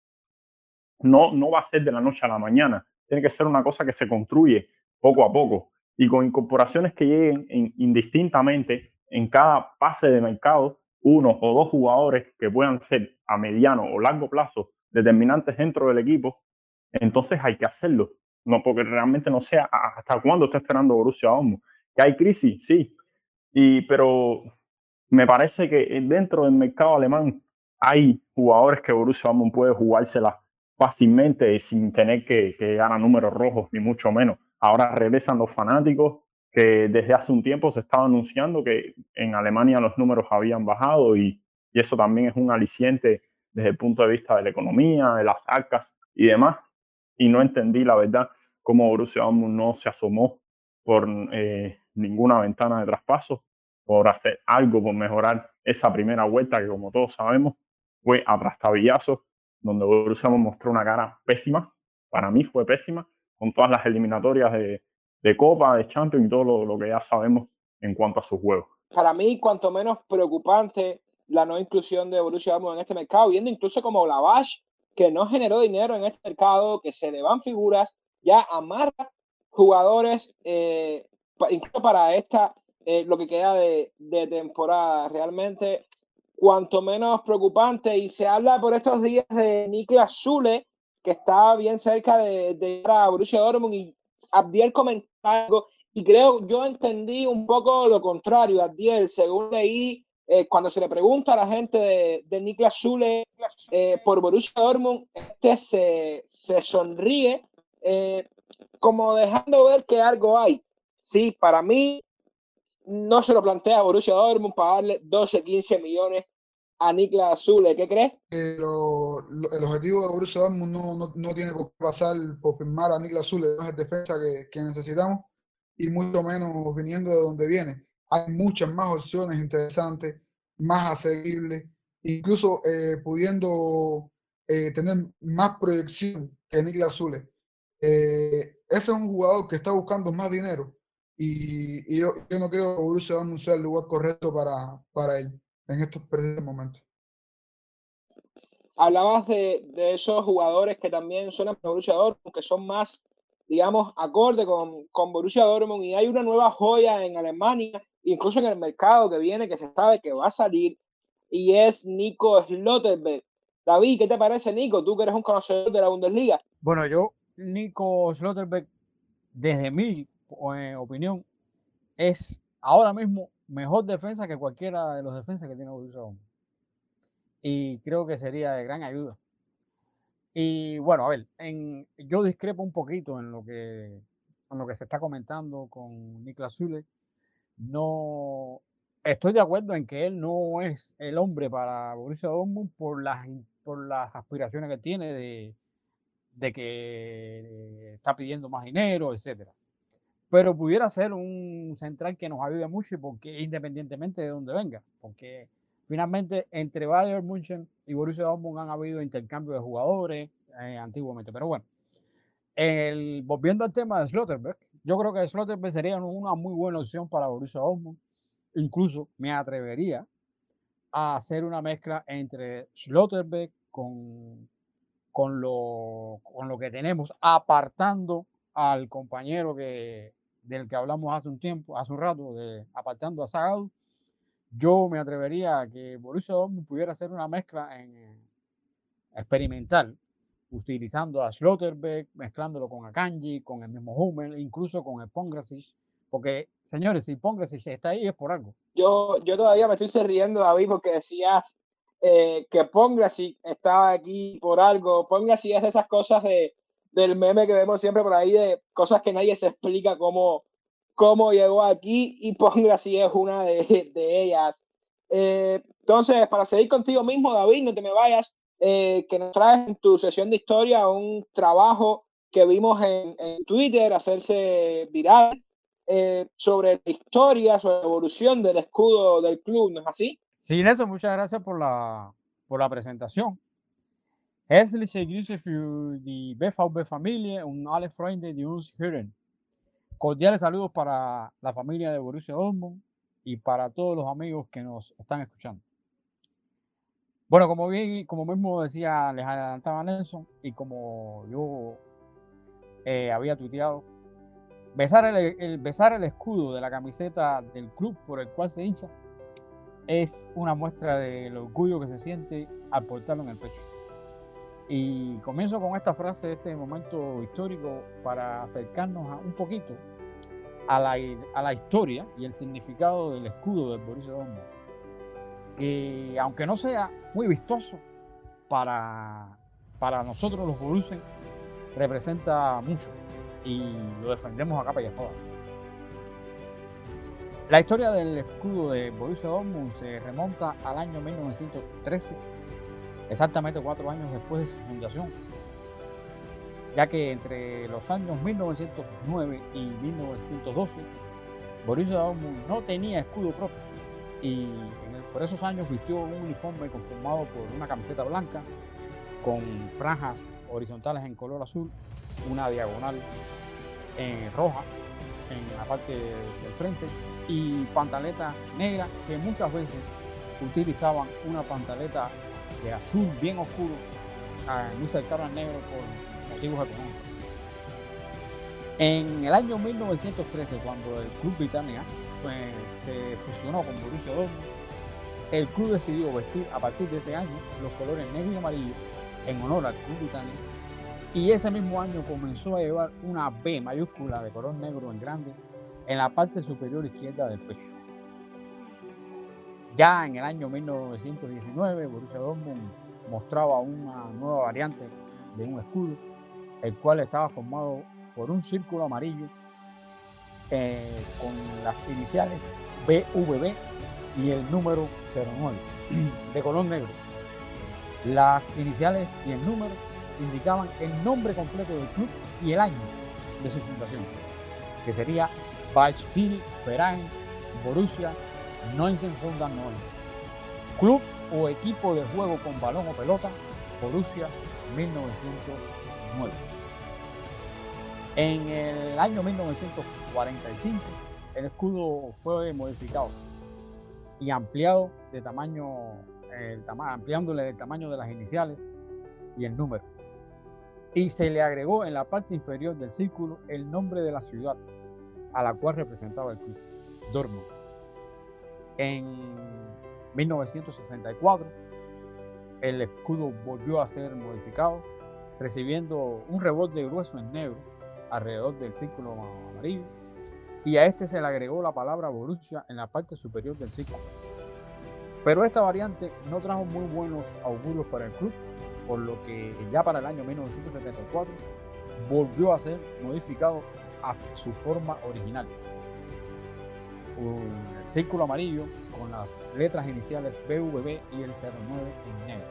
no, no va a ser de la noche a la mañana, tiene que ser una cosa que se construye poco a poco y con incorporaciones que lleguen en, indistintamente en cada pase de mercado, uno o dos jugadores que puedan ser a mediano o largo plazo determinantes dentro del equipo, entonces hay que hacerlo, no porque realmente no sea hasta cuándo está esperando Borussia Dortmund. Que hay crisis, sí, y, pero me parece que dentro del mercado alemán hay jugadores que Borussia Dortmund puede jugársela fácilmente sin tener que, que llegar a números rojos, ni mucho menos. Ahora regresan los fanáticos, que desde hace un tiempo se estaba anunciando que en Alemania los números habían bajado y, y eso también es un aliciente desde el punto de vista de la economía, de las arcas y demás. Y no entendí, la verdad, cómo Borussia Dortmund no se asomó por eh, ninguna ventana de traspaso, por hacer algo, por mejorar esa primera vuelta que, como todos sabemos, fue a trastabillazos, donde Borussia mostró una cara pésima. Para mí fue pésima, con todas las eliminatorias de, de Copa, de Champions y todo lo, lo que ya sabemos en cuanto a sus juegos. Para mí, cuanto menos preocupante la no inclusión de Borussia Dortmund en este mercado, viendo incluso como Lavash, que no generó dinero en este mercado, que se le van figuras, ya amarra jugadores, eh, incluso para esta, eh, lo que queda de, de temporada. Realmente, cuanto menos preocupante. Y se habla por estos días de Niklas Süle, que está bien cerca de, de ir a Borussia Dortmund, y Abdiel comentó algo, y creo, yo entendí un poco lo contrario, Abdiel, según leí, eh, cuando se le pregunta a la gente de, de Niklas Süle eh, por Borussia Dortmund, este se, se sonríe, eh, como dejando ver que algo hay. Sí, para mí, no se lo plantea a Borussia Dortmund pagarle doce, quince millones a Niklas Süle. ¿Qué crees? Eh, lo, lo, el objetivo de Borussia Dortmund no, no, no tiene por qué pasar por firmar a Niklas Süle, no es el defensa que, que necesitamos, y mucho menos viniendo de donde viene. Hay muchas más opciones interesantes, más asequibles, incluso eh, pudiendo eh, tener más proyección que Niklas Süle. Eh, ese es un jugador que está buscando más dinero y, y yo, yo no creo que Borussia Dortmund sea el lugar correcto para, para él. en estos precisos momentos. Hablabas de, de esos jugadores que también suenan para Borussia Dortmund, que son más, digamos, acorde con, con Borussia Dortmund, y hay una nueva joya en Alemania, incluso en el mercado que viene, que se sabe que va a salir, y es Nico Schlotterbeck. David, ¿qué te parece, Nico? Tú que eres un conocedor de la Bundesliga. Bueno, yo, Nico Schlotterbeck, desde mi eh, opinión, es ahora mismo mejor defensa que cualquiera de los defensas que tiene Borussia Dortmund. Y creo que sería de gran ayuda. Y bueno, a ver, en, yo discrepo un poquito en lo que, en lo que se está comentando con Niklas Süle. No estoy de acuerdo en que él no es el hombre para Borussia Dortmund por las, por las aspiraciones que tiene de, de que está pidiendo más dinero, etcétera. Pero pudiera ser un central que nos ayude mucho, porque independientemente de dónde venga, porque finalmente entre Bayern München y Borussia Dortmund han habido intercambio de jugadores eh, antiguamente. Pero bueno, el, volviendo al tema de Schlotterbeck, yo creo que Schlotterbeck sería una muy buena opción para Borussia Dortmund. Incluso me atrevería a hacer una mezcla entre Schlotterbeck con, con, lo, con lo que tenemos, apartando al compañero que, del que hablamos hace un tiempo, hace un rato, de, apartando a Zagadou. Yo me atrevería a que Borussia Dortmund pudiera hacer una mezcla en, eh, experimental, utilizando a Schlotterbeck, mezclándolo con Akanji, con el mismo Hummel, incluso con el Pongracic, porque, señores, si Pongracic está ahí es por algo. Yo, yo todavía me estoy riendo, David, porque decías eh, que Pongracic estaba aquí por algo. Pongracic es de esas cosas de, del meme que vemos siempre por ahí, de cosas que nadie se explica cómo, cómo llegó aquí, y Pongracic es una de, de ellas. Eh, entonces, para seguir contigo mismo, David, no te me vayas, eh, que nos traes en tu sesión de historia un trabajo que vimos en, en Twitter hacerse viral, Eh, sobre la historia, sobre la evolución del escudo del club, ¿no es así? Sí, Nelson, muchas gracias por la, por la presentación. Herzliche Grüße für die B V B-Familie und alle Freunde, die uns hören. Cordiales saludos para la familia de Borussia Dortmund y para todos los amigos que nos están escuchando. Bueno, como bien, como mismo decía, les adelantaba Nelson, y como yo eh, había tuiteado, besar el, el, besar el escudo de la camiseta del club por el cual se hincha es una muestra del orgullo que se siente al portarlo en el pecho. Y comienzo con esta frase de este momento histórico para acercarnos a, un poquito a la, a la historia y el significado del escudo del Borussia Dortmund, que aunque no sea muy vistoso para, para nosotros los Borussia, representa mucho y lo defendemos a capa y espada. La historia del escudo de Borussia Dortmund se remonta al año mil novecientos trece, exactamente cuatro años después de su fundación, ya que entre los años mil novecientos nueve y mil novecientos doce Borussia Dortmund no tenía escudo propio, y por esos años vistió un uniforme conformado por una camiseta blanca con franjas horizontales en color azul, una diagonal eh, roja en la parte del frente y pantaleta negra, que muchas veces utilizaban una pantaleta de azul bien oscuro, eh, muy cercano al negro por motivos económicos. En el año mil novecientos trece, cuando el Club Britannia pues, se fusionó con Borussia Dortmund, el club decidió vestir a partir de ese año los colores negro y amarillo en honor al Club Britannia, y ese mismo año comenzó a llevar una B mayúscula de color negro en grande en la parte superior izquierda del pecho. Ya en el año mil novecientos diecinueve, Borussia Dortmund mostraba una nueva variante de un escudo, el cual estaba formado por un círculo amarillo eh, con las iniciales B V B y el número cero nueve de color negro. Las iniciales y el número indicaban el nombre completo del club y el año de su fundación, que sería Beispielverein Borussia neunzehnhundertneun. Club o equipo de juego con balón o pelota, Borussia mil novecientos nueve. En el año mil novecientos cuarenta y cinco, el escudo fue modificado y ampliado de tamaño, el tama ampliándole el tamaño de las iniciales y el número. Y se le agregó en la parte inferior del círculo el nombre de la ciudad a la cual representaba el club, Dortmund. En mil novecientos sesenta y cuatro, el escudo volvió a ser modificado, recibiendo un reborde grueso en negro alrededor del círculo amarillo, y a este se le agregó la palabra Borussia en la parte superior del círculo. Pero esta variante no trajo muy buenos augurios para el club, por lo que ya para el año mil novecientos setenta y cuatro volvió a ser modificado a su forma original. Un círculo amarillo con las letras iniciales B V B y el cero nueve en negro.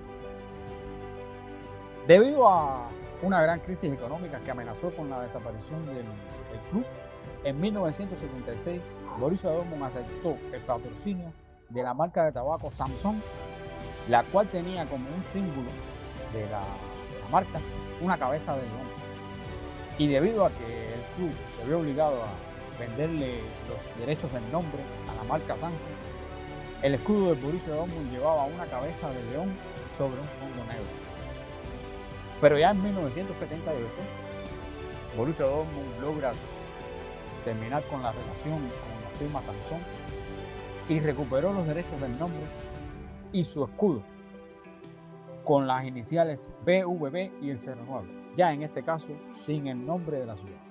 Debido a una gran crisis económica que amenazó con la desaparición del, del club, en mil novecientos setenta y seis Borussia Dortmund aceptó el patrocinio de la marca de tabaco Samsung, la cual tenía como un símbolo de la, de la marca una cabeza de león. Y debido a que el club se vio obligado a venderle los derechos del nombre a la marca Samsung, el escudo del Borussia Dortmund llevaba una cabeza de león sobre un fondo negro. Pero ya en mil novecientos setenta y ocho, Borussia Dortmund logra terminar con la relación con la firma Samsung y recuperó los derechos del nombre y su escudo con las iniciales B V B y el cero nueve, ya en este caso sin el nombre de la ciudad.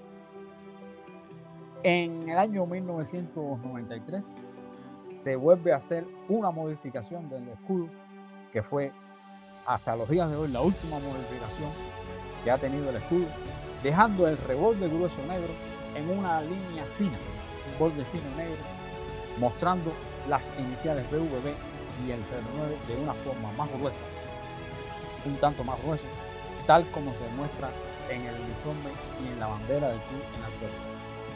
En el año mil novecientos noventa y tres se vuelve a hacer una modificación del escudo, que fue hasta los días de hoy la última modificación que ha tenido el escudo, dejando el reborde grueso negro en una línea fina, un borde fino negro, mostrando las iniciales B V B y el cero nueve de una forma más gruesa, un tanto más grueso, tal como se muestra en el uniforme y en la bandera del club en la actualidad.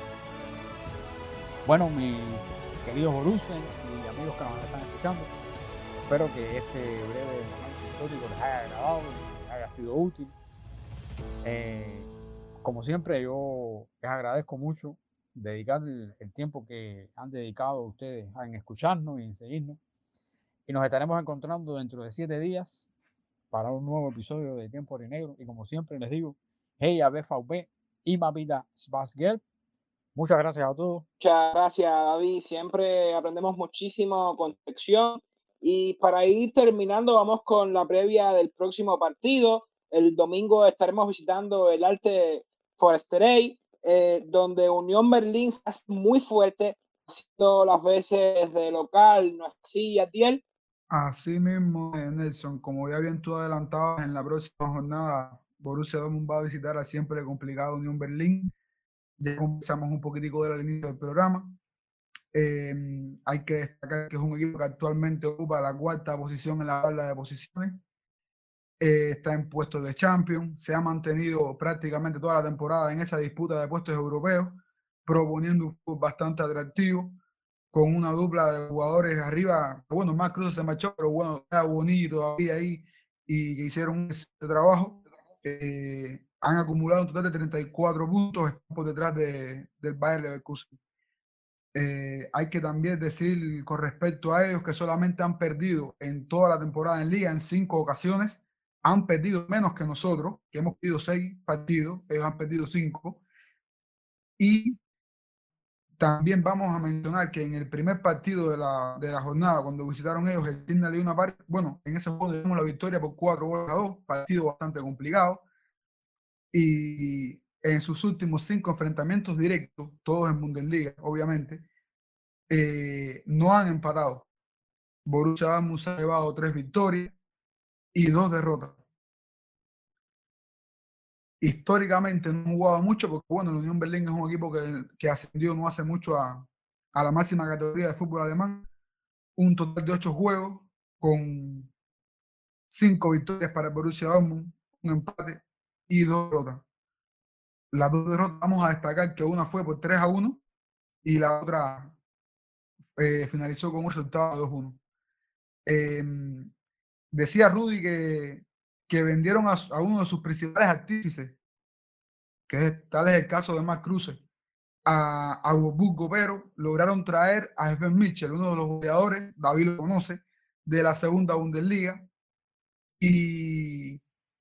Bueno, mis queridos Borussia y amigos que nos están escuchando, espero que este breve momento histórico les haya agradado, les haya sido útil. Eh, como siempre, yo les agradezco mucho dedicar el, el tiempo que han dedicado ustedes en escucharnos y en seguirnos. Y nos estaremos encontrando dentro de siete días para un nuevo episodio de Tiempo Aurinegro. Y como siempre les digo, hey a B V B y ma vida Spaß Gelb. Muchas gracias a todos. Muchas gracias, David. Siempre aprendemos muchísimo con sección. Y para ir terminando, vamos con la previa del próximo partido. El domingo estaremos visitando el Alte Forsterei, eh, donde Unión Berlín es muy fuerte, haciendo las veces de local, ¿no es así, Yadiel? Así mismo, Nelson, como ya bien tú adelantabas, en la próxima jornada Borussia Dortmund va a visitar al siempre complicado Unión Berlín. Ya comenzamos un poquitico del inicio del programa. Eh, hay que destacar que es un equipo que actualmente ocupa la cuarta posición en la tabla de posiciones. Eh, está en puestos de Champions. Se ha mantenido prácticamente toda la temporada en esa disputa de puestos europeos, proponiendo un fútbol bastante atractivo, con una dupla de jugadores arriba. Bueno, Max Kruse se marchó, pero bueno, era bonito todavía ahí y que hicieron ese trabajo. Eh, han acumulado un total de treinta y cuatro puntos por detrás de, del Bayer Leverkusen. Eh, hay que también decir con respecto a ellos que solamente han perdido en toda la temporada en liga en cinco ocasiones. Han perdido menos que nosotros, que hemos perdido seis partidos, ellos han perdido cinco. Y también vamos a mencionar que en el primer partido de la, de la jornada, cuando visitaron ellos el Signal Iduna Park, bueno, en ese juego tuvimos la victoria por cuatro goles a dos, partido bastante complicado. Y en sus últimos cinco enfrentamientos directos, todos en Bundesliga, obviamente, eh, no han empatado. Borussia Dortmund se ha llevado tres victorias y dos derrotas. Históricamente no han jugado mucho porque, bueno, la Unión Berlín es un equipo que, que ascendió no hace mucho a, a la máxima categoría de fútbol alemán. Un total de ocho juegos con cinco victorias para el Borussia Dortmund, un empate y dos derrotas. Las dos derrotas vamos a destacar que una fue por tres a uno y la otra eh, finalizó con un resultado de dos a uno. Eh, decía Rudy que, que vendieron a, a uno de sus principales artífices, que es, tal es el caso de Max Kruse, a, a Wolfsburgo, pero lograron traer a Evan Mitchell, uno de los goleadores, David lo conoce, de la segunda Bundesliga, y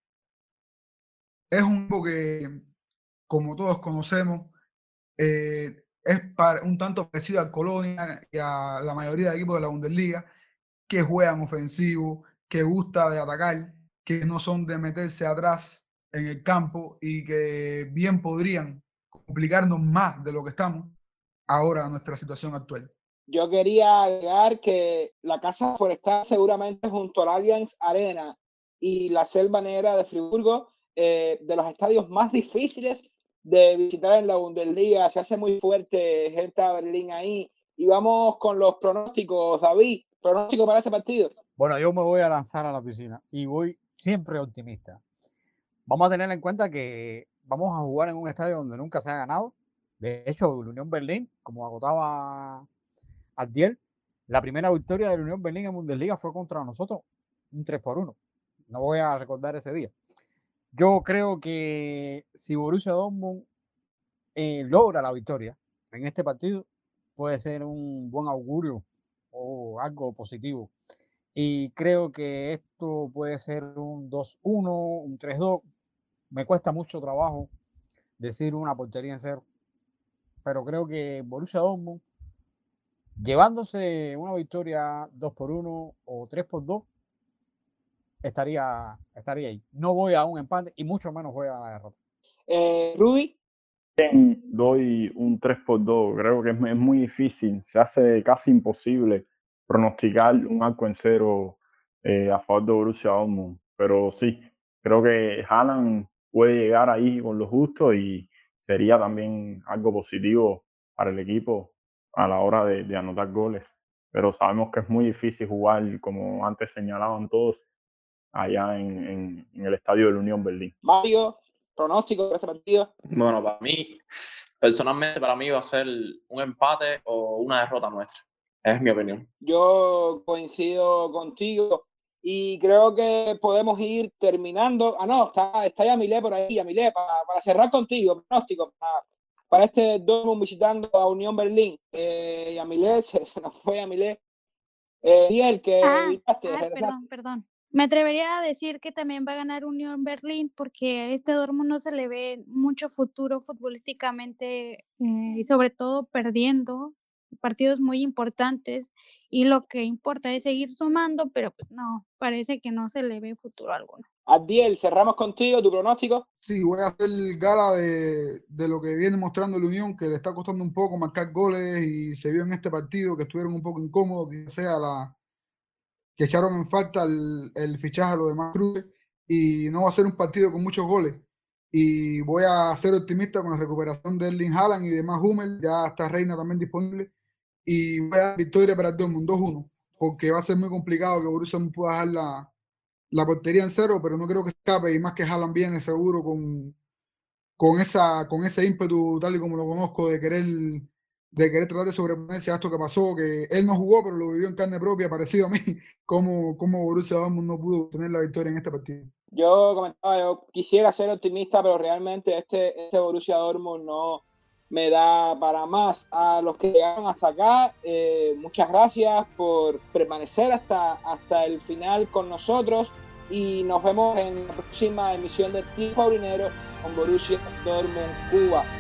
es un equipo que, como todos conocemos, eh, es para, un tanto parecido al Colonia y a la mayoría de equipos de la Bundesliga, que juegan ofensivo, que gusta de atacar, que no son de meterse atrás en el campo y que bien podrían complicarnos más de lo que estamos ahora en nuestra situación actual. Yo quería agregar que la Casa Forestal seguramente junto al Allianz Arena y la Selva Negra de Friburgo, eh, de los estadios más difíciles de visitar en la Bundesliga. Se hace muy fuerte Hertha Berlín ahí. Y vamos con los pronósticos, David. ¿Pronóstico para este partido? Bueno, yo me voy a lanzar a la piscina y voy siempre optimista. Vamos a tener en cuenta que vamos a jugar en un estadio donde nunca se ha ganado. De hecho, la Unión Berlín, como agotaba Adiel, la primera victoria de la Unión Berlín en Bundesliga fue contra nosotros, un tres por uno. No voy a recordar ese día. Yo creo que si Borussia Dortmund eh, logra la victoria en este partido, puede ser un buen augurio o algo positivo. Y creo que esto puede ser un dos uno, un tres dos. Me cuesta mucho trabajo decir una portería en cero, pero creo que Borussia Dortmund, llevándose una victoria dos por uno o tres por dos, estaría, estaría ahí. No voy a un empate y mucho menos voy a la derrota. Eh, Rudy. Doy un tres por dos. Creo que es, es muy difícil. Se hace casi imposible pronosticar un arco en cero eh, a favor de Borussia Dortmund. Pero sí, creo que Haaland puede llegar ahí con lo justo y sería también algo positivo para el equipo a la hora de, de anotar goles. Pero sabemos que es muy difícil jugar, como antes señalaban todos, allá en, en, en el estadio de la Unión Berlín. Mario, pronóstico para este partido. Bueno, para mí, personalmente, para mí va a ser un empate o una derrota nuestra. Es mi opinión. Yo coincido contigo y creo que podemos ir terminando. Ah, no, está, está Yamile por ahí. Yamile, para, para cerrar contigo, pronóstico para, para este Dortmund visitando a Unión Berlín. Eh, Yamile, se, se nos fue Yamile. Eh, y el que ah, evitaste. Ah, perdón, perdón. Me atrevería a decir que también va a ganar Unión Berlín porque a este Dortmund no se le ve mucho futuro futbolísticamente eh, y sobre todo perdiendo partidos muy importantes y lo que importa es seguir sumando, pero pues no, parece que no se le ve futuro alguno. Adiel, cerramos contigo, tu pronóstico. Sí, voy a hacer gala de, de lo que viene mostrando la Unión, que le está costando un poco marcar goles y se vio en este partido que estuvieron un poco incómodos, que sea la que echaron en falta el, el fichaje a los demás cruces y no va a ser un partido con muchos goles. Y voy a ser optimista con la recuperación de Erling Haaland y demás Hummel, ya está Reina también disponible, y voy a dar victoria para el Dortmund dos uno, porque va a ser muy complicado que Borussia pueda dejar la, la portería en cero, pero no creo que escape, y más que Haaland viene seguro con, con, esa, con ese ímpetu, tal y como lo conozco, de querer, de querer tratar de sobreponerse a esto que pasó, que él no jugó, pero lo vivió en carne propia, parecido a mí, como, como Borussia Dortmund no pudo tener la victoria en este partido. Yo comentaba, yo quisiera ser optimista, pero realmente este, este Borussia Dortmund no me da para más. A los que llegaron hasta acá, eh, muchas gracias por permanecer hasta, hasta el final con nosotros y nos vemos en la próxima emisión de Tiempo Aurinegro con Borussia Dortmund Cuba.